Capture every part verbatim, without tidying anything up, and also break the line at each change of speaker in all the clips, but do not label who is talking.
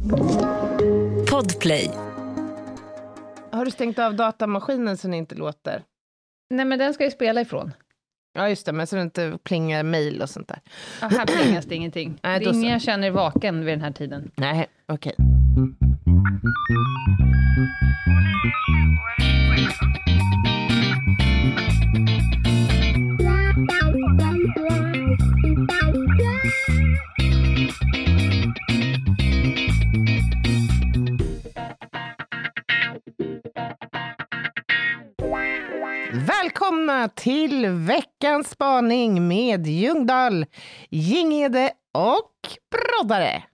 Podplay.
Har du stängt av datamaskinen så den inte låter?
Nej, men den ska ju spela ifrån.
Ja, just det, men så det inte plingar mejl och sånt där.
Ja, här plingas det ingenting.
Nej,
det är ingen
så.
jag känner vaken vid den här tiden.
Nej, okej. Välkomna till veckans spaning med Ljungdahl, Ginghede och Broddare.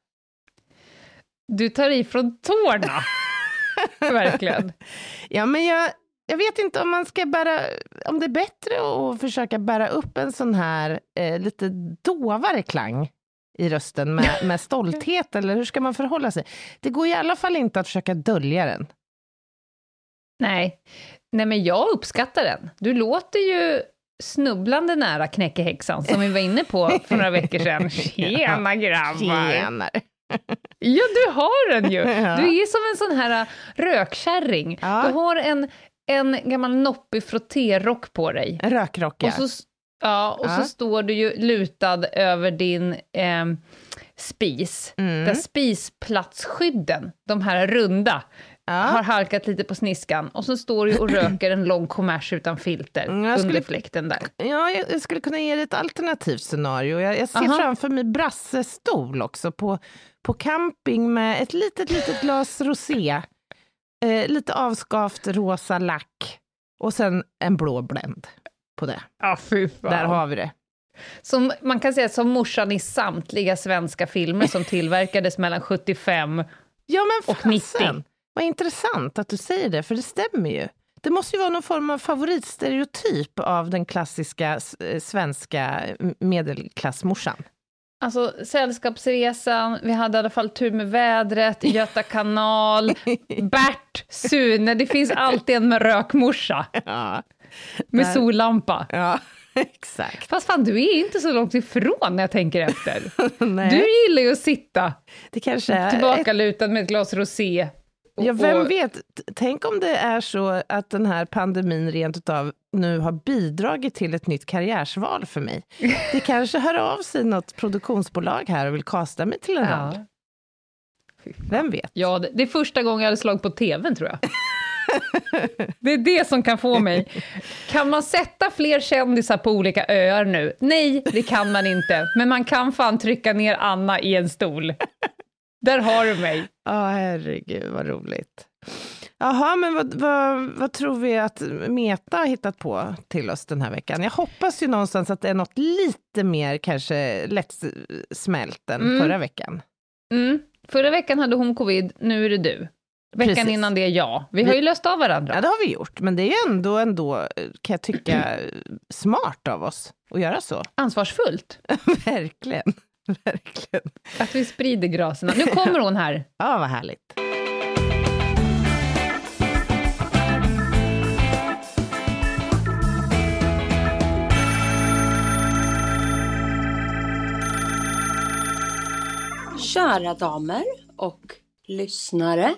Du tar i från tårna. Verkligen.
Ja, men jag, jag vet inte om man ska bära, om det är bättre att försöka bära upp en sån här eh, lite dovare klang i rösten med, med stolthet, eller hur ska man förhålla sig? Det går i alla fall inte att försöka dölja den.
Nej. Nej, men jag uppskattar den. Du låter ju snubblande nära knäckehäxan som vi var inne på för några veckor sedan. Tjena grabbar!
Tjena.
Ja, du har den ju! Du är som en sån här rökkärring.
Ja.
Du har en, en gammal noppig frottérock på dig.
En rökrock, ja.
Och så, ja, och
Ja.
så står du ju lutad över din eh, spis.
Mm.
Där spisplatsskydden, de här runda,
Ja.
har halkat lite på sniskan. Och så står du och röker en lång kommers utan filter
Mm, jag skulle-
under fläkten där.
Ja, jag jag skulle kunna ge dig ett alternativt scenario. Jag, jag ser
Aha.
framför mig brassestol också på, på camping med ett litet, litet glas rosé. Eh, lite avskavt rosa lack. Och sen en blå bländ på det.
Ja, fy fan.
Där har vi det.
Som, man kan säga som morsan i samtliga svenska filmer som tillverkades mellan sjuttiofem.
Ja, men
Och nittio.
fasen. Vad intressant att du säger det, för det stämmer ju. Det måste ju vara någon form av favoritstereotyp av den klassiska s- svenska medelklassmorsan.
Alltså Sällskapsresan, vi hade i alla fall Tur med vädret, Göta kanal, Bert, Sune, det finns alltid en med rökmorsa
Ja,
med
Där.
sollampa.
ja exakt.
Fast fan, du är inte så långt ifrån när jag tänker efter.
Nej.
Du gillar ju att sitta
Det kanske är
tillbaka
ett,
lutad med ett glas rosé. Och,
ja, vem
och,
vet, T- tänk om det är så att den här pandemin rent utav nu har bidragit till ett nytt karriärsval för mig. Det kanske hör av sig något produktionsbolag här och vill kasta mig till en roll.
ja.
Vem vet?
Ja, det, det är första gången jag hade slag på tvn, tror jag. Det är det som kan få mig. Kan man sätta fler kändisar på olika öar nu? Nej, det kan man inte. Men man kan fan trycka ner Anna i en stol. Där har du mig.
Ja, herregud, vad roligt. Jaha, men vad, vad, vad tror vi att Meta har hittat på till oss den här veckan? Jag hoppas ju någonstans att det är något lite mer kanske lättsmält än
Mm.
förra veckan.
Mm. Förra veckan hade hon covid, nu är det du. Veckan
Precis.
innan det är jag. Vi har ju löst av varandra.
Ja, det har vi gjort, men det är ju ändå, ändå kan jag tycka, smart av oss att göra så.
Ansvarsfullt
Verkligen, verkligen.
att vi sprider graserna. Nu kommer hon här.
Ja, vad härligt.
Kära damer och lyssnare.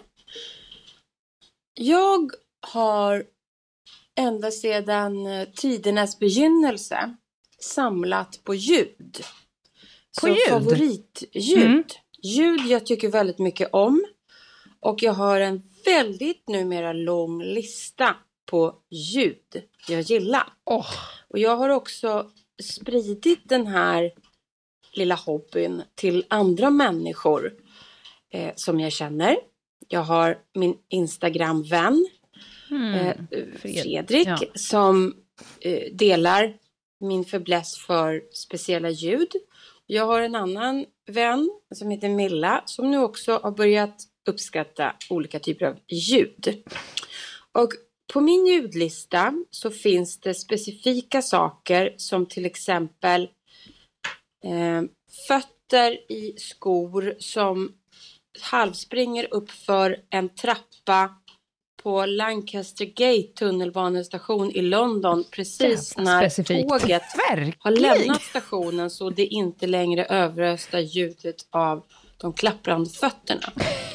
Jag har ända sedan tidernas begynnelse samlat på ljud.
På
Så
ljud?
favoritljud.
Mm.
Ljud jag tycker väldigt mycket om. Och jag har en väldigt numera lång lista på ljud jag gillar.
Åh,
Och jag har också spridit den här lilla hobbyn till andra människor eh, som jag känner. Jag har min Instagram-vän
mm.
eh,
Fred-
Fredrik
ja.
som eh, delar min fäbless för speciella ljud. Jag har en annan vän som heter Milla som nu också har börjat uppskatta olika typer av ljud. Och på min ljudlista så finns det specifika saker som till exempel eh, fötter i skor som halvspringer upp för en trappa på Lancaster Gate tunnelbanestation i London precis
Jävla
när
specifikt.
tåget
Verkligen.
har lämnat stationen så det inte längre överröstar ljudet av de klapprande fötterna.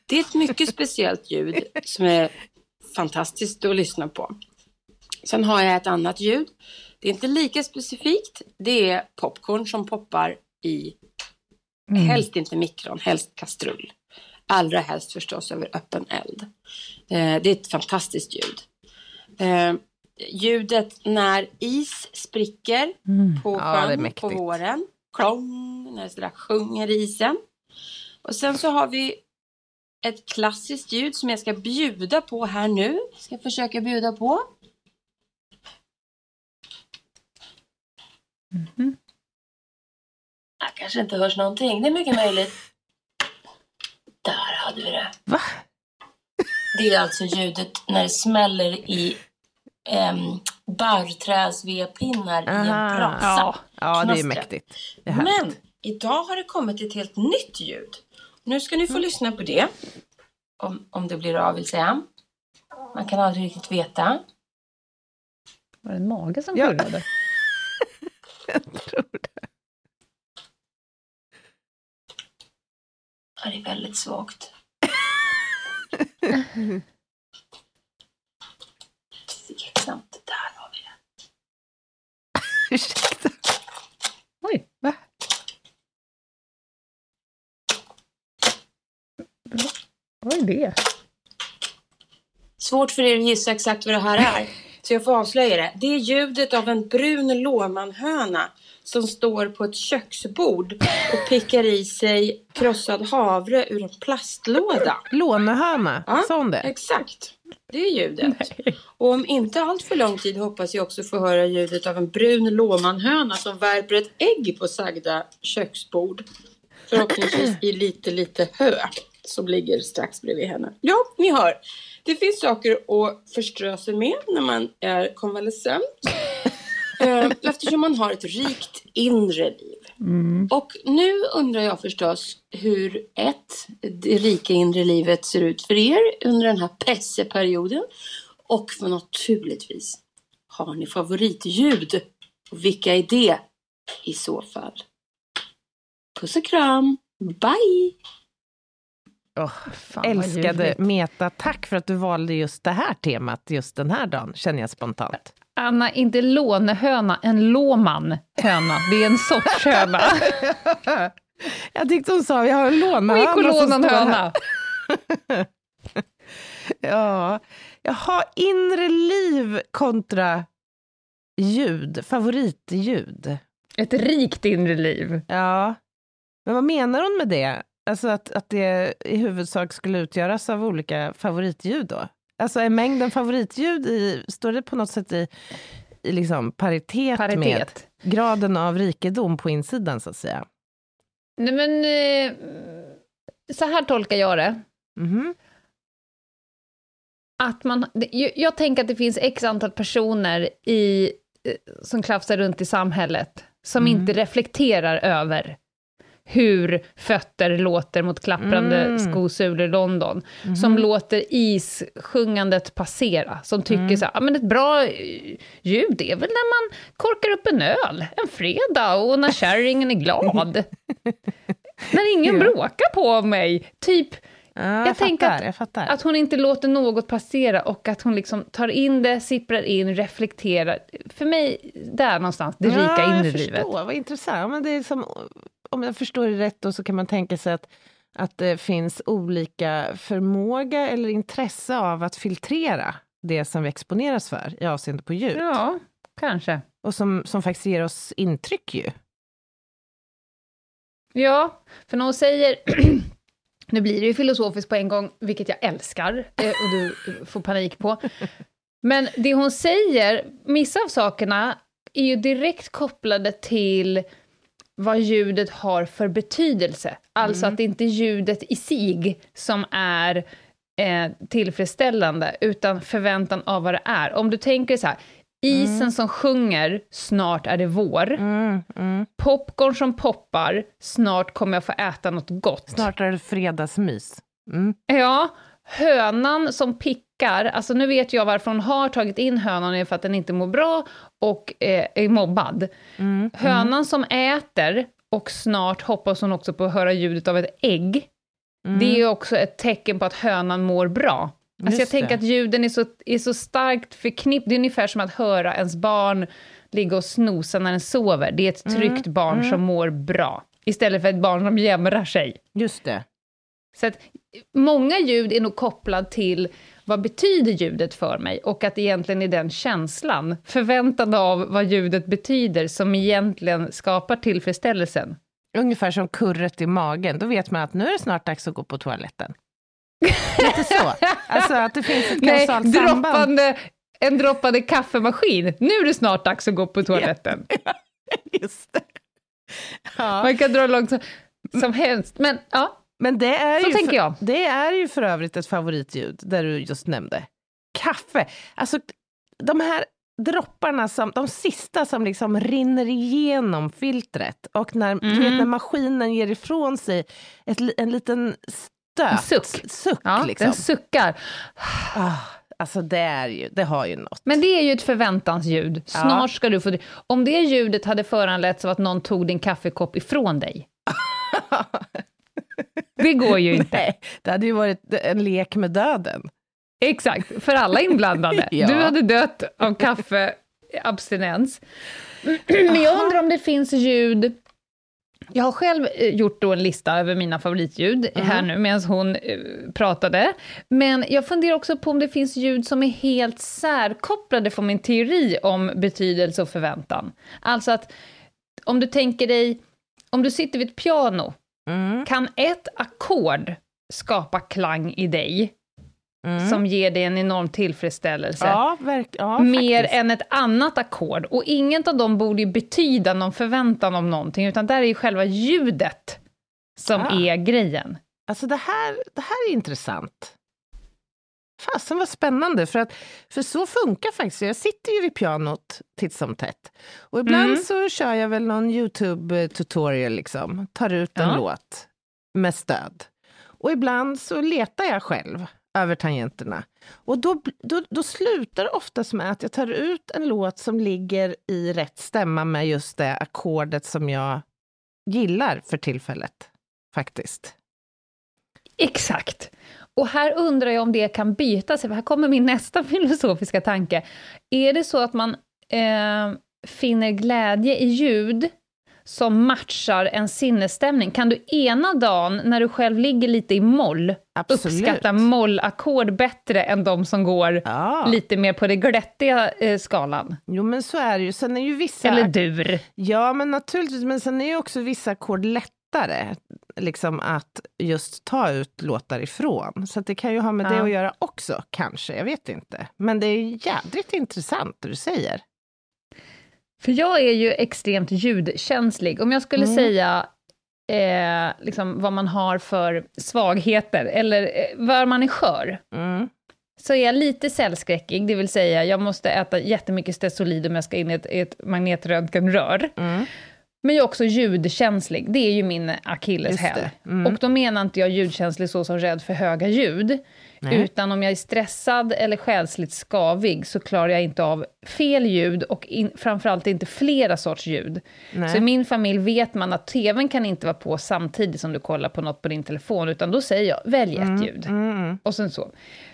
Det är ett mycket speciellt ljud som är fantastiskt att lyssna på. Sen har jag ett annat ljud. Det är inte lika specifikt. Det är popcorn som poppar i, mm. helst inte mikron, helst kastrull. Allra helst förstås över öppen eld. Eh, det är ett fantastiskt ljud. Eh, ljudet när is spricker mm. på sjön ja, på våren. Klong, när det sådär sjunger isen. Och sen så har vi ett klassiskt ljud som jag ska bjuda på här nu. Ska jag försöka bjuda på. Mm-hmm. Jag kanske inte hörs någonting. Det är mycket möjligt. Där hade vi det.
Va?
Det är alltså ljudet när det smäller i um, barrträdsvedpinnar i en brasa.
Ja, ja det är mäktigt. Det är
Men idag har det kommit ett helt nytt ljud. Nu ska ni få mm. lyssna på det. Om, om det blir av, vill säga. Man kan aldrig riktigt veta.
Var det en mage som kurrade?
Ja. Jag tror det.
Ja, det är väldigt svagt. Tveksamt. Där har vi det.
Ursäkta.
Oj, va? Vad är det?
Svårt för er att gissa exakt vad det här är. Så jag får avslöja det. Det är ljudet av en brun låmanhöna som står på ett köksbord och pickar i sig krossad havre ur en plastlåda.
Lånehöna,
ja,
sa hon det?
Exakt. Det är ljudet.
Nej.
Och om inte allt för lång tid hoppas jag också få höra ljudet av en brun låmanhöna som värper ett ägg på sagda köksbord. Förhoppningsvis i lite, lite hö som ligger strax bredvid henne. Ja, ni hör. Det finns saker att förströ sig med när man är konvalescent. Eftersom man har ett rikt inre liv. Mm. Och nu undrar jag förstås hur ett, det rika inre livet ser ut för er under den här presseperioden. Och för naturligtvis, har ni favoritljud? Och vilka är det i så fall? Puss och kram. Bye!
Oh, älskade Meta, tack för att du valde just det här temat just den här dagen, känner jag spontant.
Anna, inte lånehöna, en låman höna. Det är en sorts höna.
Jag tyckte hon sa, vi har en lånehöna.
Och gick och låna en höna.
Ja, jag har inre liv kontra ljud, favoritljud.
Ett rikt inre liv.
Ja, men vad menar hon med det? Alltså att, att det i huvudsak skulle utgöras av olika favoritljud då? Alltså är mängden favoritljud i, står det på något sätt i, i liksom paritet, paritet med graden av rikedom på insidan så att säga?
Nej men, eh, så här tolkar jag det.
Mm-hmm.
Att man, jag, jag tänker att det finns x antal personer i, som klafsar runt i samhället som mm. inte reflekterar över hur fötter låter mot klapprande mm. skosulor i London. Mm. Som låter issjungandet passera. Som tycker mm. så här, men ett bra ljud är väl när man korkar upp en öl en fredag och när kärringen är glad. När ingen ja. bråkar på mig. Typ,
ja, jag,
jag tänker att,
jag fattar.
att hon inte låter något passera och att hon liksom tar in det, sipprar in, reflekterar. För mig, där någonstans, det rika
ja,
inre
jag
livet.
Förstår, vad intressant. Men det är som... Om jag förstår det rätt då, så kan man tänka sig att, att det finns olika förmåga eller intresse av att filtrera det som vi exponeras för i avseende på ljud.
Ja, kanske.
Och som, som faktiskt ger oss intryck ju.
Ja, för när hon säger... Nu blir det ju filosofiskt på en gång, vilket jag älskar och du får panik på. Men det hon säger, vissa av sakerna är ju direkt kopplade till vad ljudet har för betydelse. Alltså mm. att det inte är ljudet i sig som är eh, tillfredsställande, utan förväntan av vad det är. Om du tänker så här, isen mm. som sjunger, snart är det vår.
Mm. Mm.
Popcorn som poppar, snart kommer jag få äta något gott.
Snart är det fredagsmys. Mm.
Ja, hönan som pickar, alltså nu vet jag varför hon har tagit in hönan är för att den inte mår bra och eh, är mobbad. Mm, hönan mm. som äter och snart hoppas hon också på att höra ljudet av ett ägg. Mm. Det är ju också ett tecken på att hönan mår bra. Alltså jag tänker att ljuden är så, är så starkt förknippade. Det är ungefär som att höra ens barn ligga och snosa när den sover. Det är ett tryggt mm. barn mm. som mår bra. Istället för ett barn som jämrar sig.
Just det.
Så att många ljud är nog kopplad till vad betyder ljudet för mig. Och att egentligen är den känslan, förväntan av vad ljudet betyder, som egentligen skapar tillfredsställelsen.
Ungefär som kurret i magen. Då vet man att nu är det snart dags att gå på toaletten. Lite så. Alltså att det finns ett kausalt
Nej,
samband.
droppande, en droppande kaffemaskin. Nu är det snart dags att gå på toaletten.
Ja, just det. Ja.
Man kan dra långt som, som helst. Men ja,
Men det är
så
ju
tänker
för,
jag.
Det är ju för övrigt ett favoritljud, där du just nämnde. Kaffe. Alltså de här dropparna, som, de sista som liksom rinner igenom filtret. Och när, mm. du vet, när maskinen ger ifrån sig ett, en liten stöt.
En suck.
Suck
ja,
liksom.
Den suckar.
Ah, alltså det är ju, det har ju något.
Men det är ju ett förväntansljud. Snart ja. ska du få det. Om det ljudet hade föranletts av att någon tog din kaffekopp ifrån dig. Det går ju inte.
Nej, det hade ju varit en lek med döden.
Exakt, för alla inblandade. Ja. Du hade dött av kaffeabstinens. Men jag undrar om det finns ljud. Jag har själv gjort då en lista över mina favoritljud mm. här nu medan hon uh, pratade. Men jag funderar också på om det finns ljud som är helt särkopplade från min teori om betydelse och förväntan. Alltså att om du tänker dig, om du sitter vid ett piano, mm. kan ett ackord skapa klang i dig mm. som ger dig en enorm tillfredsställelse.
Ja, verk- ja,
mer
faktiskt.
än ett annat ackord. Och inget av dem borde ju betyda någon förväntan om någonting, utan där är ju själva ljudet som ja. är grejen.
Alltså det här, det här är intressant. Fasen var spännande, för att för så funkar faktiskt. Jag sitter ju vid pianot titt som tätt. Och ibland mm. så kör jag väl någon YouTube-tutorial liksom. Tar ut en ja. låt med stöd. Och ibland så letar jag själv över tangenterna. Och då, då, då slutar det oftast med att jag tar ut en låt som ligger i rätt stämma med just det ackordet som jag gillar för tillfället. Faktiskt.
Exakt. Och här undrar jag om det kan byta sig. Här kommer min nästa filosofiska tanke. Är det så att man eh, finner glädje i ljud som matchar en sinnesstämning? Kan du ena dagen, när du själv ligger lite i moll, Absolut. uppskatta mollackord bättre än de som går ja. lite mer på det glättiga eh, skalan?
Jo, men så är det ju. Sen är ju vissa...
Eller dur.
Ja, men naturligtvis. Men sen är ju också vissa ackord lättare liksom att just ta ut låtar ifrån. Så att det kan ju ha med ja. det att göra också, kanske. Jag vet inte. Men det är jädrigt intressant det du säger.
För jag är ju extremt ljudkänslig. Om jag skulle mm. säga eh, liksom vad man har för svagheter, eller eh, var man är skör, mm. så är jag lite cellskräckig. Det vill säga, jag måste äta jättemycket stesolid om jag ska in i ett, ett magnetröntgenrör. Mm. Men jag är också ljudkänslig. Det är ju min akilleshäl. Mm. Och då menar inte jag ljudkänslig så som rädd för höga ljud. Nej. Utan om jag är stressad eller själsligt skavig så klarar jag inte av fel ljud och in, framförallt inte flera sorts ljud. Nej. Så i min familj vet man att tvn kan inte vara på samtidigt som du kollar på något på din telefon, utan då säger jag, välj ett mm. ljud. Mm. Och sen så.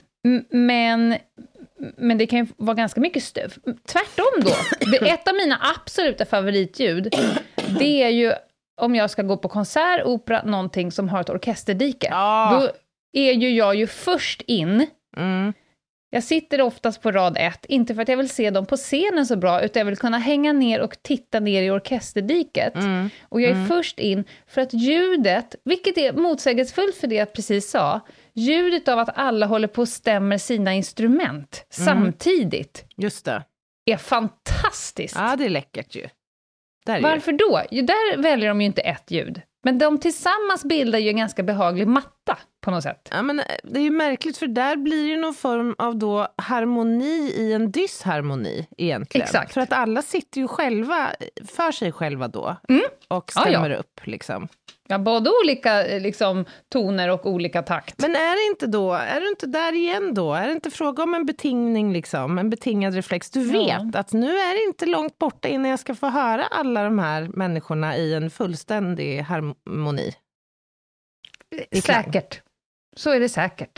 Men, men det kan ju vara ganska mycket stöv. Tvärtom då. Det, ett av mina absoluta favoritljud, det är ju om jag ska gå på konsert, opera, någonting som har ett orkesterdike. Oh. Då är ju jag ju först in. Mm. Jag sitter oftast på rad ett, inte för att jag vill se dem på scenen så bra, utan jag vill kunna hänga ner och titta ner i orkesterdiket. Mm. Och jag är mm. först in för att ljudet, vilket är motsägelsefullt för det jag precis sa, ljudet av att alla håller på och stämmer sina instrument mm. samtidigt.
Just det.
Är fantastiskt.
Ja, det är läckert ju. Där
Varför
ju.
då? Jo, där väljer de ju inte ett ljud. Men de tillsammans bildar ju en ganska behaglig matta på något sätt.
Ja, men det är ju märkligt, för där blir det någon form av då harmoni i en dysharmoni egentligen.
Exakt.
För att alla sitter ju själva för sig själva då mm. och stämmer ja, ja. upp liksom.
Ja, både olika liksom, toner och olika takt.
Men är det inte då, är du inte där igen då? Är det inte fråga om en betingning liksom, en betingad reflex? Du vet ja. att nu är det inte långt borta innan jag ska få höra alla de här människorna i en fullständig harmoni.
Säkert. Så är det säkert.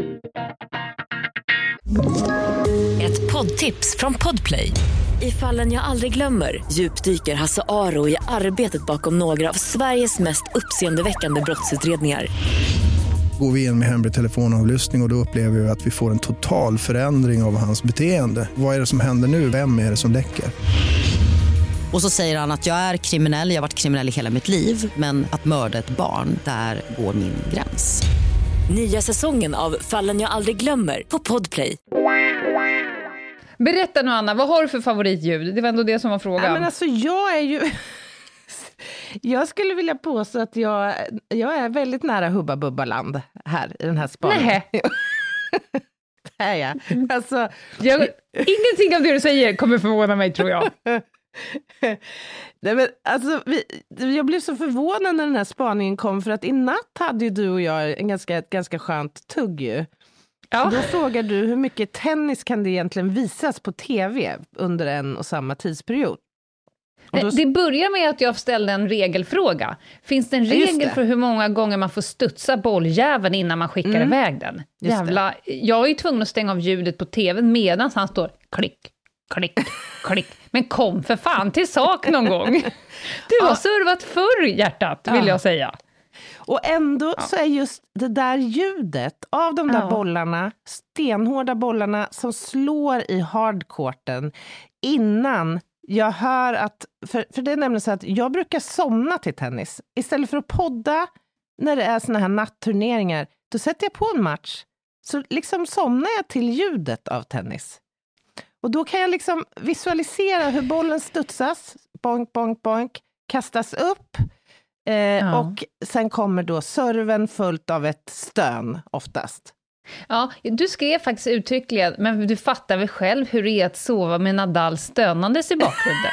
Ett poddtips från Podplay. I Fallen jag aldrig glömmer djupdyker Hasse Aro i arbetet bakom några av Sveriges mest uppseendeväckande brottsutredningar.
Går vi in med hemlig telefonavlyssning och, och då upplever vi att vi får en total förändring av hans beteende. Vad är det som händer nu? Vem är det som läcker?
Och så säger han att jag är kriminell, jag har varit kriminell i hela mitt liv, men att mörda ett barn, där går min gräns.
Nya säsongen av Fallen jag aldrig glömmer på Podplay.
Berätta nu, Anna, vad har du för favoritljud? Det var ändå det som var frågan.
Ja, men alltså, jag är ju... jag skulle vilja påstå att jag, jag är väldigt nära Hubba Bubba-land här i den här spaningen.
Nej.
Det är jag. Alltså...
jag. Ingenting av det du säger kommer förvåna mig, tror jag.
Nej, men alltså, vi, jag blev så förvånad när den här spaningen kom, för att i natt hade ju du och jag en ganska, ett ganska skönt tugg ju. Ja. Då frågar du, hur mycket tennis kan det egentligen visas på tv under en och samma tidsperiod? Och då...
Det börjar med att jag ställde en regelfråga. Finns det en regel det. för hur många gånger man får studsa bolljäveln innan man skickar mm. iväg den? Jävla, jag är ju tvungen att stänga av ljudet på tvn medan han står klick, klick, klick. Men kom för fan till sak någon gång. Du har ja. servat förr, hjärtat, vill ja. jag säga.
Och ändå ja. så är just det där ljudet av de där ja. bollarna, stenhårda bollarna som slår i hardcourten innan jag hör att, för, för det är nämligen så att jag brukar somna till tennis. Istället för att podda när det är såna här natturneringar, då sätter jag på en match. Så liksom somnar jag till ljudet av tennis. Och då kan jag liksom visualisera hur bollen studsas, bonk, bonk, bonk, kastas upp. Eh, ja. Och sen kommer då serven fullt av ett stön oftast.
Ja, du skrev faktiskt uttryckligen, men du fattar väl själv hur det är att sova med Nadal stönandes i bakgrunden.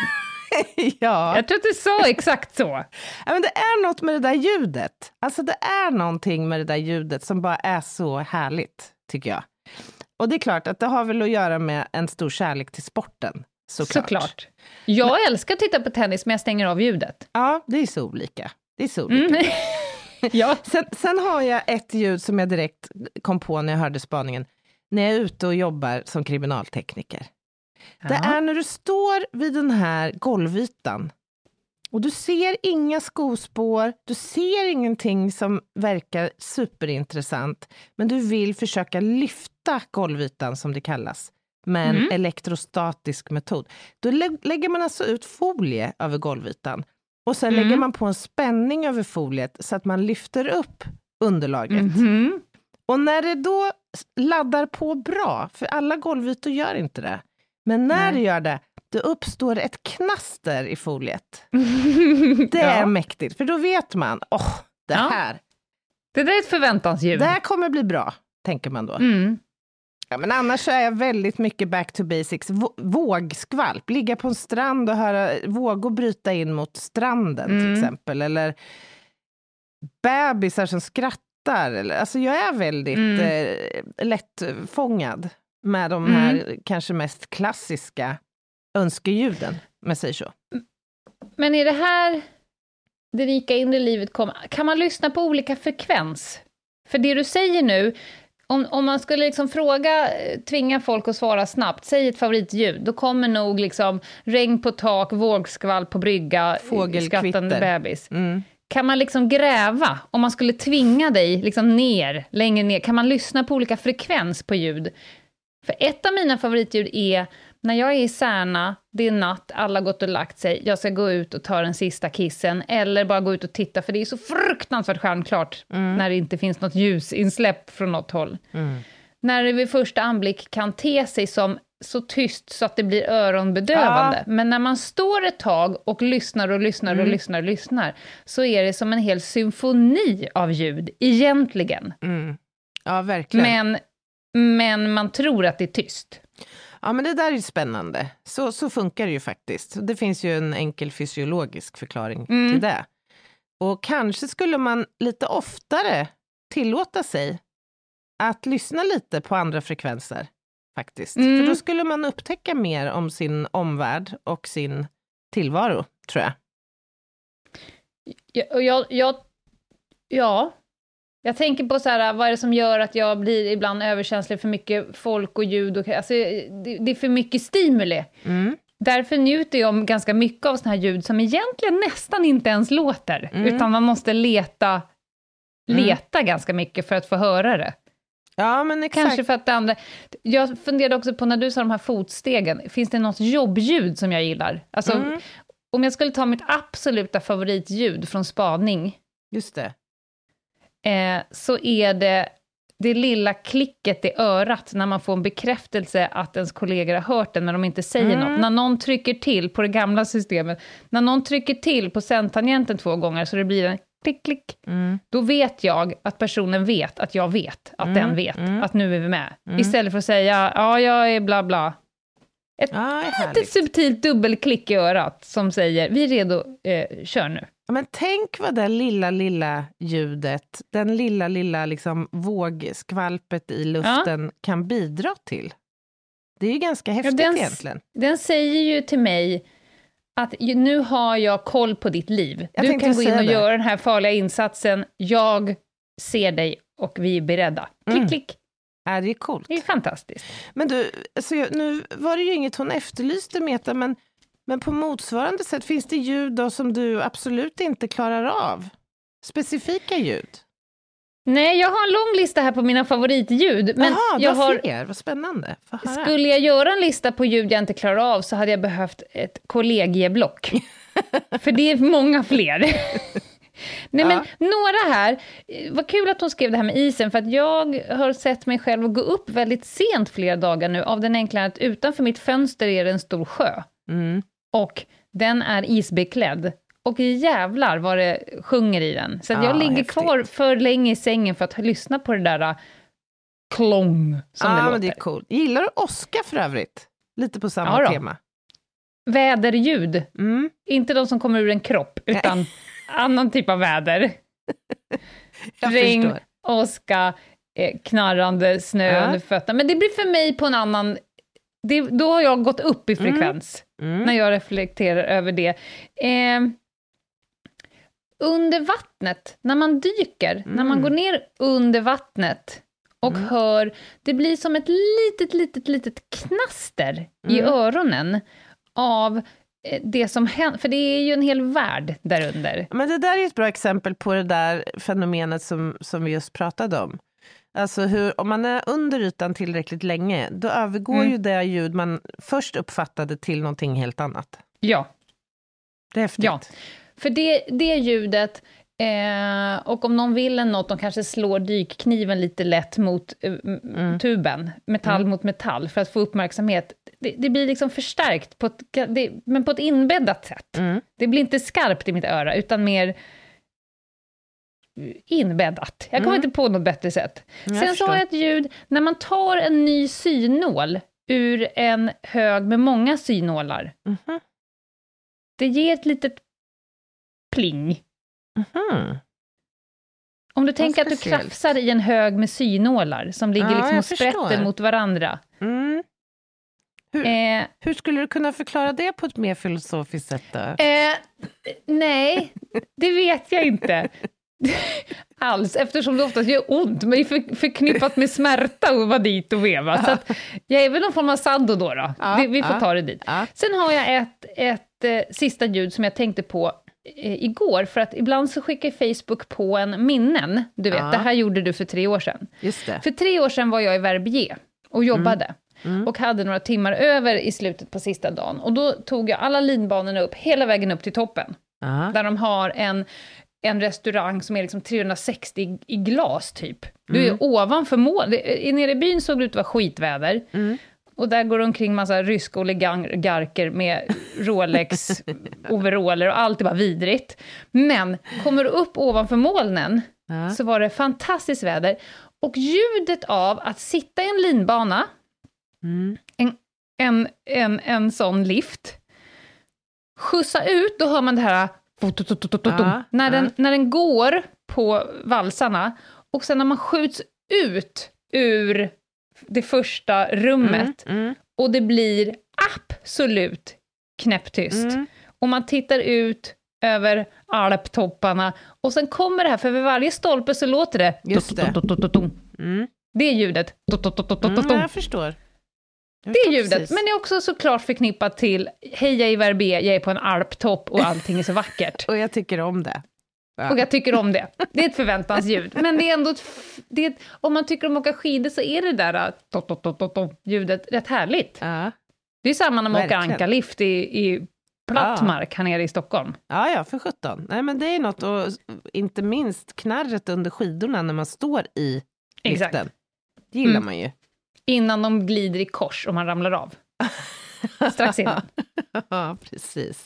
Ja.
Jag tror att du sa exakt så.
Ja, men det är något med det där ljudet. Alltså det är någonting med det där ljudet som bara är så härligt, tycker jag. Och det är klart att det har väl att göra med en stor kärlek till sporten. Såklart. såklart.
Jag
men...
älskar att titta på tennis, men jag stänger av ljudet.
Ja, det är så olika. Det är så olika. Mm. Ja. Sen, sen har jag ett ljud som jag direkt kom på när jag hörde spaningen. När jag är ute och jobbar som kriminaltekniker. Ja. Det är när du står vid den här golvytan. Och du ser inga skospår. Du ser ingenting som verkar superintressant. Men du vill försöka lyfta golvytan, som det kallas. Med en mm. elektrostatisk metod. Då lä- lägger man alltså ut folie över golvytan. Och sen mm. lägger man på en spänning över foliet så att man lyfter upp underlaget. Mm. Och när det då laddar på bra, för alla golvytor gör inte det. Men när Nej. det gör det, det uppstår ett knaster i foliet. Det ja. är mäktigt, för då vet man, åh, oh, det ja. här.
Det där är ett förväntansljud.
Det här kommer bli bra, tänker man då. Mm. Ja, men annars så är jag väldigt mycket back to basics. V- vågskvalp, ligga på en strand och höra vågor bryta in mot stranden mm. till exempel. Eller bebisar som skrattar. Eller, alltså jag är väldigt mm. eh, lättfångad med de här mm. kanske mest klassiska önskeljuden, med sig så.
Men är det här det rika inre livet kommer? Kan man lyssna på olika frekvens? För det du säger nu, Om, om man skulle liksom fråga, tvinga folk att svara snabbt, säg ett favoritljud, då kommer nog liksom regn på tak, vågskvalp på brygga, skrattande bebis. Mm. Kan man liksom gräva, om man skulle tvinga dig liksom ner, längre ner, kan man lyssna på olika frekvens på ljud? För ett av mina favoritljud är när jag är i Särna, det är natt, alla har gått och lagt sig, jag ska gå ut och ta den sista kissen, eller bara gå ut och titta, för det är så fruktansvärt stjärnklart mm. när det inte finns något ljusinsläpp från något håll. Mm. När det vid första anblick kan te sig som så tyst så att det blir öronbedövande. Ja. Men när man står ett tag och lyssnar och lyssnar mm. och lyssnar och lyssnar, så är det som en hel symfoni av ljud, egentligen.
Mm. Ja, verkligen.
Men, men man tror att det är tyst.
Ja, men det där är ju spännande. Så, så funkar det ju faktiskt. Det finns ju en enkel fysiologisk förklaring mm. till det. Och kanske skulle man lite oftare tillåta sig att lyssna lite på andra frekvenser, faktiskt. Mm. För då skulle man upptäcka mer om sin omvärld och sin tillvaro, tror jag.
Ja, jag, jag, ja, Jag tänker på så här, vad är det som gör att jag blir ibland överkänslig för mycket folk och ljud. Och, alltså, det, det är för mycket stimuli.
Mm.
Därför njuter jag om ganska mycket av såna här ljud som egentligen nästan inte ens låter.
Mm.
Utan man måste leta, leta mm. ganska mycket för att få höra det.
Ja, men exakt.
Kanske för att det andra... Jag funderade också på när du sa de här fotstegen. Finns det något jobbljud som jag gillar? Alltså,
Mm.
om jag skulle ta mitt absoluta favoritljud från spaning...
Just det.
Eh, så är det det lilla klicket i örat när man får en bekräftelse att ens kollegor har hört den när de inte säger
Mm.
något. När någon trycker till på det gamla systemet, när någon trycker till på sändtangenten två gånger så det blir en klick, klick.
Mm.
Då vet jag att personen vet att jag vet att
Mm.
den vet
Mm.
att nu är vi med.
Mm.
Istället för att säga, ja, jag är bla bla. Ett
Ja,
litet
härligt.
subtilt dubbelklick i örat som säger, vi är redo, eh, kör nu.
Ja, men tänk vad det lilla, lilla ljudet, den lilla, lilla liksom vågskvalpet i luften kan bidra till. Det är ju ganska häftigt
den,
egentligen.
Den säger ju till mig att ju- nu har jag koll på ditt liv.
Jag
Du
tänkte
kan gå in
säga
och
det.
göra den här farliga insatsen. Jag ser dig och vi är beredda. Klick,
Mm.
klick.
Ja, det är coolt.
Det är fantastiskt.
Men du, alltså, jag- nu var det ju inget hon efterlyste, Meta, men, men på motsvarande sätt finns det ljud då som du absolut inte klarar av? Specifika ljud?
Nej, jag har en lång lista här på mina favoritljud. Men
Jaha,
jag
du har
har,
fler, vad spännande. Få höra.
skulle jag göra en lista på ljud jag inte klarar av så hade jag behövt ett kollegieblock. För det är många fler. Nej, men
Ja.
några här, vad kul att hon skrev det här med isen, för att jag har sett mig själv gå upp väldigt sent flera dagar nu, av den enkla att utanför mitt fönster är det en stor sjö.
Mm.
Och den är isbeklädd. Och jävlar vad det sjunger i den. Så att
Ja,
jag ligger
häftigt.
kvar för länge i sängen för att lyssna på det där uh, klong som
Ja,
det
men
låter.
det är coolt. Gillar du åska för övrigt? Lite på samma
Ja då.
tema.
Väderljud.
Mm.
Inte de som kommer ur en kropp, utan annan typ av väder.
Jag
Regn,
förstår.
åska, eh, knarrande snö
Ja.
under fötterna. Men det blir för mig på en annan... Det, då har jag gått upp i frekvens
Mm.
när jag reflekterar över det. Eh, under vattnet, när man dyker,
Mm.
när man går ner under vattnet och
Mm.
hör, det blir som ett litet, litet, litet knaster i
Mm.
öronen av eh, det som händer, för det är ju en hel värld där under.
Men det där är ett bra exempel på det där fenomenet som, som vi just pratade om. Alltså hur, om man är under ytan tillräckligt länge, då övergår
Mm.
ju det ljud man först uppfattade till någonting helt annat.
Ja.
Det är häftigt.
Ja, för det, det ljudet, eh, och om någon vill en något, de kanske slår dykkniven lite lätt mot eh, mm. tuben, metall
Mm.
mot metall, för att få uppmärksamhet. Det, det blir liksom förstärkt, på ett, det, men på ett inbäddat sätt.
Mm.
Det blir inte skarpt i mitt öra, utan mer inbäddat. Jag kommer
Mm.
inte på något bättre sätt.
Jag
Sen så
förstår.
har jag ett ljud, när man tar en ny synål ur en hög med många synålar.
Mhm.
Det ger ett litet pling.
Mhm.
Om du tänker att du
speciellt.
krafsar i en hög med synålar som ligger
Ja,
liksom
jag
och sprätter
förstår.
mot varandra.
Mm. Hur,
Eh,
hur skulle du kunna förklara det på ett mer filosofiskt sätt då?
eh, nej, det vet jag inte. Alls, eftersom det oftast gör ont, men är för, förknippat med smärta och vara dit och veva. Så att jag är väl någon form av saddo då. då.
Ja,
det, vi får
ja,
ta det dit.
ja.
Sen har jag ett, ett eh, sista ljud som jag tänkte på eh, igår, för att ibland så skickar Facebook på en minnen. Du vet,
Ja.
det här gjorde du för tre år sedan.
Just det.
För tre år sedan var jag i Verbier och jobbade.
Mm.
Och hade några timmar över i slutet på sista dagen. Och då tog jag alla linbanorna upp, hela vägen upp till toppen.
Ja.
Där de har en, en restaurang som är liksom trehundrasextio i, i glas typ. Du är
Mm.
ovanför mål. Det- Nere i byn såg det ut att vara skitväder.
Mm.
Och där går det omkring massa ryska oligarker med Rolex, overaller och allt är bara vidrigt. Men kommer du upp ovanför molnen
Ja.
så var det fantastiskt väder. Och ljudet av att sitta i en linbana,
Mm.
en, en, en, en sån lift, skjutsa ut, då hör man det här
Ja,
när, den,
ja.
när den går på valsarna, och sen när man skjuts ut ur det första rummet
Mm. Mm.
och det blir absolut knäpptyst.
Mm.
Och man tittar ut över alptopparna. Och sen kommer det här, för vid varje stolpe så låter det.
Just det.
Mm. Det är ljudet.
Mm, jag förstår. Jag
Det är
förstår
ljudet,
precis.
men det är också såklart förknippat till hej, jag är i Verbier, jag är på en alptopp och allting är så vackert.
Och jag tycker om det. Ja.
Och jag tycker om det. Det är ett förväntansljud. Men det är ändå ett, f- det är ett, om man tycker om att åka skidor så är det där to, to, to, to, to, ljudet rätt härligt.
Ja.
Det är samma när man
Verkligen.
åker ankarlift i, i platt
Ja.
mark här nere i Stockholm.
Ja, ja, för sjutton. Nej, men det är något, och inte minst knarret under skidorna när man står i
Exakt.
liften. Det gillar
Mm.
man ju.
Innan de glider i kors och man ramlar av. Strax innan.
Ja, precis.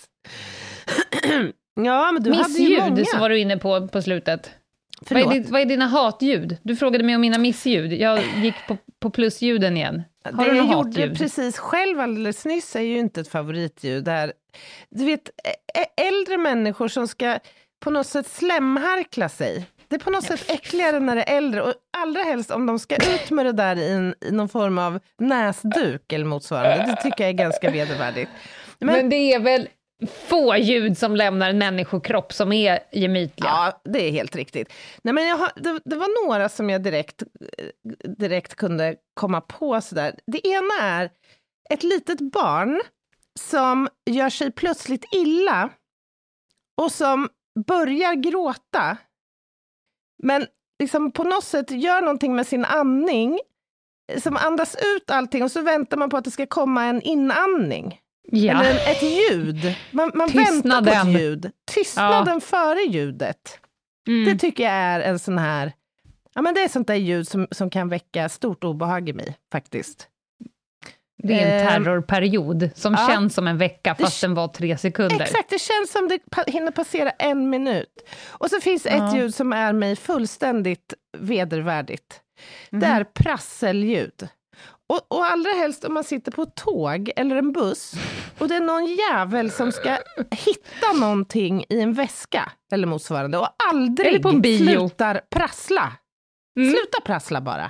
Ja, men du hade ju många.
Missljud så var du inne på på slutet. Vad
Förlåt.
är, ditt, vad är dina hatljud? Du frågade mig om mina missljud. Jag gick på, på plusljuden igen. Har
det
du
jag
något
gjorde
hatljud?
precis själv alldeles nyss är ju inte ett favoritljud. Där, du vet, ä- äldre människor som ska på något sätt slemharkla sig. Det är på något sätt äckligare när det är äldre, och allra helst om de ska ut med det där i, en, i någon form av näsduk eller motsvarande. Det tycker jag är ganska vedervärdigt. Men,
Men det är väl få ljud som lämnar en människokropp som är gemytliga.
ja, det är helt riktigt. Nej, men jag har, det, det var några som jag direkt, direkt kunde komma på sådär. Det ena är ett litet barn som gör sig plötsligt illa och som börjar gråta, men liksom på något sätt gör någonting med sin andning som andas ut allting, och så väntar man på att det ska komma en inandning.
Ja.
Eller ett ljud. Man, man väntar på
Tystnaden.
ett ljud. Tystnaden före ljudet.
Mm.
Det tycker jag är en sån här... Ja, men det är sånt där ljud som, som kan väcka stort obehag i mig, faktiskt.
Det är en
Ehm,
terrorperiod som
ja.
känns som en vecka
Det-
fast den var tre sekunder.
Exakt, det känns som det pa- hinner passera en minut. Och så finns ett
Ja.
ljud som är mig fullständigt vedervärdigt.
Mhm.
Det är prasselljud. Och, och allra helst om man sitter på ett tåg eller en buss och det är någon jävel som ska hitta någonting i en väska eller motsvarande och aldrig
Eller på en bio.
slutar prassla.
Mm.
Sluta prassla bara.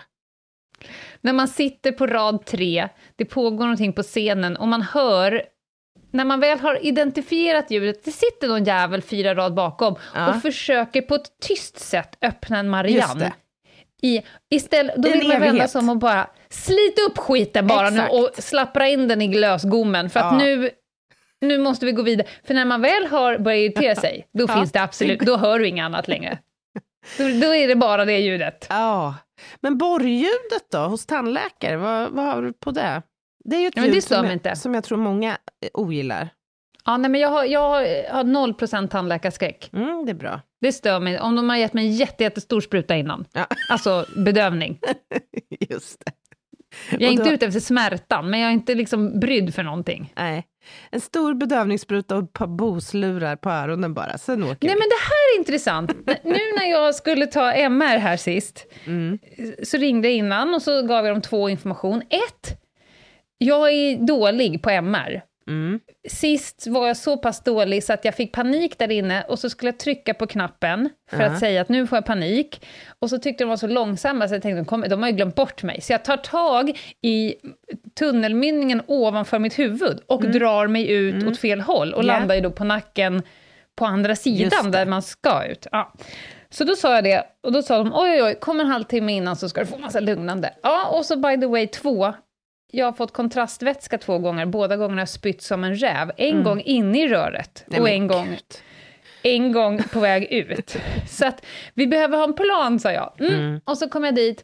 När man sitter på rad tre, det pågår någonting på scenen och man hör, när man väl har identifierat ljudet, det sitter någon jävel fyra rad bakom
Ja.
och försöker på ett tyst sätt öppna en
Just
Marianne.
det.
I, istället, då
I en
vill man vända
evighet.
sig om och bara slita upp skiten bara
Exakt.
nu och slappra in den i glösgommen, för att
Ja.
nu, nu måste vi gå vidare. För när man väl har börjat irritera sig, då
Ja.
finns det absolut, då hör du inget annat längre. Då, då är det bara det ljudet.
Ja. Men borrljudet då, hos tandläkare, vad, vad har du på det? Det är ju ett
Ja, men det
ljud
stör
som
mig
jag,
inte.
som jag tror många eh, ogillar.
Ja, nej, men jag har, jag har noll procent tandläkarskräck.
Mm, det är bra.
Det stör mig. Om de har gett mig en jätte, jättestor spruta innan.
Ja.
Alltså bedövning.
Just det.
Jag är
Och
inte
då-
ute efter smärtan, men jag är inte liksom brydd för någonting.
Nej. En stor bedövningsspruta och ett par boslurar på öronen bara, sen åker
Nej,
vi.
men det här är intressant. Nu när jag skulle ta M R här sist,
Mm.
så ringde jag innan och så gav jag dem två information. Ett, jag är dålig på M R.
Mm.
Sist var jag så pass dålig så att jag fick panik där inne och så skulle jag trycka på knappen för
Ja.
att säga att nu får jag panik. Och så tyckte de var så långsamma så jag tänkte de, kommer, de har ju glömt bort mig. Så jag tar tag i tunnelmynningen ovanför mitt huvud och drar mig ut åt fel håll och
Ja.
landar ju då på nacken på andra
Just
sidan
det.
där man ska ut. Ja. Så då sa jag det och då sa de oj oj oj, kom en halvtimme innan så ska du få massa lugnande. Ja, och så by the way två. Jag har fått kontrastvätska två gånger. Båda gångerna har jag spytt som en räv. En gång inne i röret
Nej,
och
men
en gång, en gång på väg ut. Så att vi behöver ha en plan, sa jag. Mm.
Mm.
Och så kom jag dit.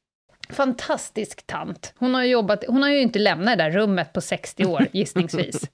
Fantastisk tant. Hon har ju jobbat, hon har ju inte lämnat det där rummet på sextio år, gissningsvis.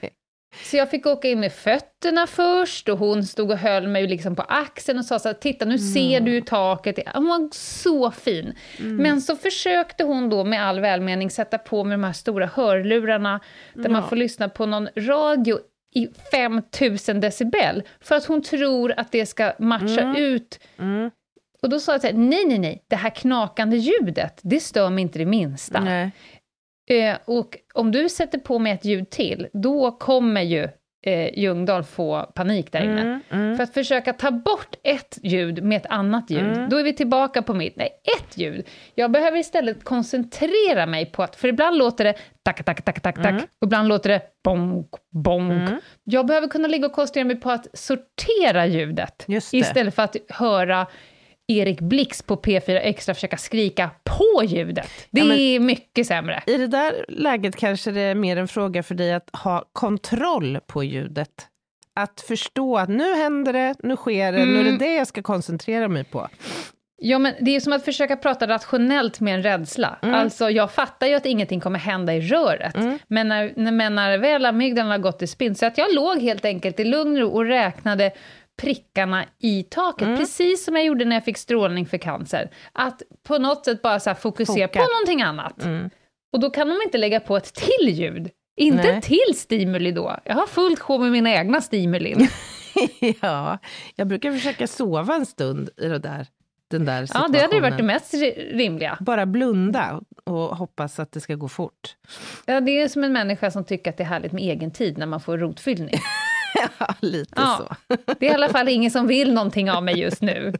Så jag fick åka in med fötterna först och hon stod och höll mig liksom på axeln och sa så här, titta nu ser du taket. Hon var så fin. Men så försökte hon då med all välmening sätta på med de här stora hörlurarna där man får lyssna på någon radio i fem tusen decibel för att hon tror att det ska matcha ut.
Mm.
Och då sa jag så här, nej nej nej, det här knakande ljudet, det stör mig inte det minsta.
Nej.
Eh, och om du sätter på mig ett ljud till, då kommer ju eh, Ljungdahl få panik där inne.
Mm, mm.
För att försöka ta bort ett ljud med ett annat ljud.
Mm.
Då är vi tillbaka på mitt, nej, ett ljud. Jag behöver istället koncentrera mig på att, för ibland låter det tack, tack, tack, tack, tack.
Mm.
Och ibland låter det bonk, bonk.
Mm.
Jag behöver kunna ligga och koncentrera mig på att sortera ljudet.
Just det.
Istället för att höra Erik Blix på P fyra Extra försöka skrika på ljudet. Det
Ja, men
är mycket sämre.
I det där läget kanske det är mer en fråga för dig att ha kontroll på ljudet. Att förstå att nu händer det, nu sker det,
Mm.
nu är det det jag ska koncentrera mig på.
Ja, men det är som att försöka prata rationellt med en rädsla.
Mm.
Alltså, jag fattar ju att ingenting kommer hända i röret.
Mm.
Men, när, när, men när väl amygdalan har gått i spinn, så att jag låg helt enkelt i lugn och ro och räknade prickarna i taket.
Mm.
Precis som jag gjorde när jag fick strålning för cancer. Att på något sätt bara så här fokusera
Foka.
på någonting annat.
Mm.
Och då kan de inte lägga på ett till ljud. Inte
Nej.
ett till stimuli då. Jag har fullt sjå med mina egna stimulin.
Ja, jag brukar försöka sova en stund i det där, den där
Ja,
situationen.
det hade ju varit det mest rimliga.
Bara blunda och hoppas att det ska gå fort.
Ja, det är som en människa som tycker att det är härligt med egen tid när man får rotfyllning.
Ja, lite
Ja.
så.
Det är i alla fall ingen som vill någonting av mig just nu.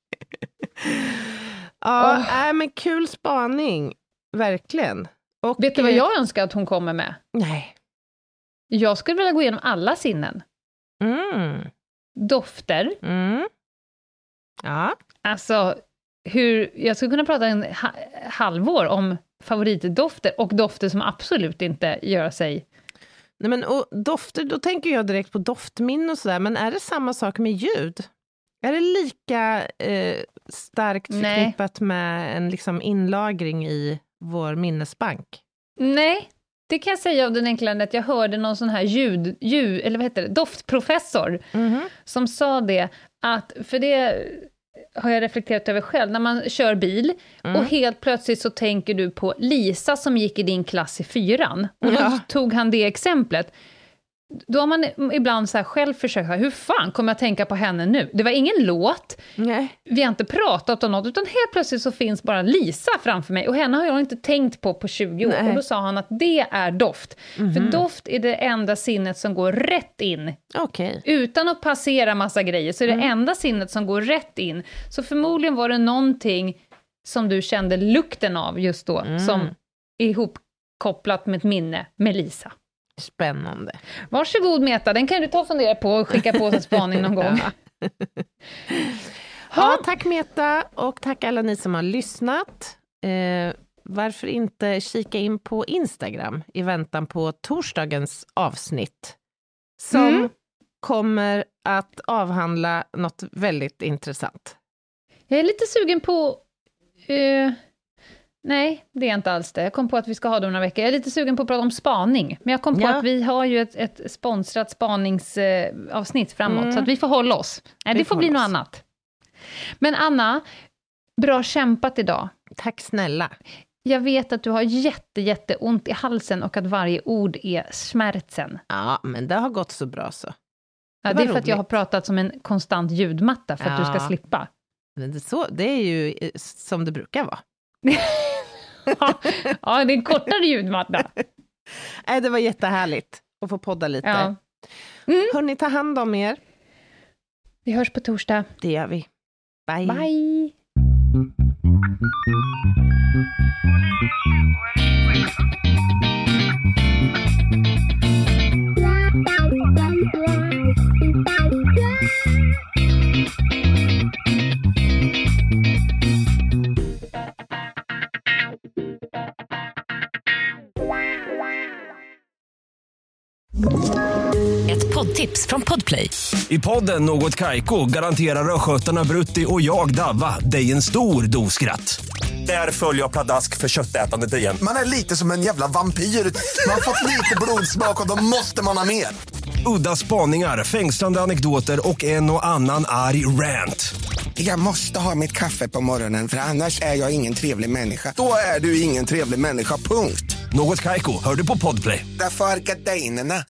Ja,
Åh.
äh, men kul spaning. Verkligen. Och,
Vet du vad
eh,
jag önskar att hon kommer med?
Nej.
Jag skulle vilja gå igenom alla sinnen.
Mm.
Dofter.
Mm. Ja.
Alltså, hur, jag skulle kunna prata en ha, halvår om favoritdofter och dofter som absolut inte gör sig...
Nej, men, och dofter, då tänker jag direkt på doftminn och sådär. Men är det samma sak med ljud? Är det lika eh, starkt
Nej.
förknippat med en liksom inlagring i vår minnesbank?
Nej, det kan jag säga av den enkla anledningen att jag hörde någon sån här ljud, ljud eller vad heter det, doftprofessor
Mhm.
som sa det, att, för det har jag reflekterat över själv, när man kör bil
Mm.
och helt plötsligt så tänker du på Lisa som gick i din klass i fyran. Och då
Ja.
tog han det exemplet. Då har man ibland så här själv försökt, hur fan kommer jag tänka på henne nu? Det var ingen låt,
Nej.
vi har inte pratat om något, utan helt plötsligt så finns bara Lisa framför mig. Och henne har jag inte tänkt på på tjugo år.
Nej.
Och då sa han att det är doft.
Mhm.
För doft är det enda sinnet som går rätt in.
Okej.
Utan att passera massa grejer, så är det
Mm.
enda sinnet som går rätt in. Så förmodligen var det någonting som du kände lukten av just då,
Mm.
som är ihopkopplat med ett minne med Lisa.
Spännande.
Varsågod Meta, den kan du ta och fundera på och skicka på en spaning någon gång.
Ja, tack Meta och tack alla ni som har lyssnat. Eh, varför inte kika in på Instagram i väntan på torsdagens avsnitt som
Mm.
kommer att avhandla något väldigt intressant.
Jag är lite sugen på... eh, nej, det är inte alls det. Jag kom på att vi ska ha det om några veckor. Jag är lite sugen på att prata om spaning. Men jag kom på
Ja.
att vi har ju ett, ett sponsrat spaningsavsnitt framåt.
Mm.
Så att vi får hålla oss. Nej,
Vi
det
får
får bli
hålla
något
oss.
annat. Men Anna, bra kämpat idag.
Tack snälla.
Jag vet att du har jätte, jätte ont i halsen och att varje ord är smärtsen.
Ja, men det har gått så bra så.
Ja,
Det
det,
var
är för att jag har
roligt.
pratat som en konstant ljudmatta för att du ska
Ja.
slippa.
Men det, är så, det är ju eh, som det brukar vara.
Ja, det är en kortare ljudmatta.
Nej, det var jättehärligt att få podda lite.
Ja. Mm.
Hörni, ta hand om er.
Vi hörs på torsdag.
Det gör vi. Bye.
Bye!
Ett poddtips från Podplay.
I podden Något Kaiko garanterar östgötarna Brutti och jag Davva dig en stor dos skratt. Där följer jag pladask för köttätandet igen.
Man är lite som en jävla vampyr. Man har fått lite blodsmak och då måste man ha mer.
Udda spaningar, fängslande anekdoter och en och annan arg rant.
Jag måste ha mitt kaffe på morgonen för annars är jag ingen trevlig människa. Då är du ingen trevlig människa, punkt.
Något Kaiko, hör du på Podplay.
Därför är gardinerna.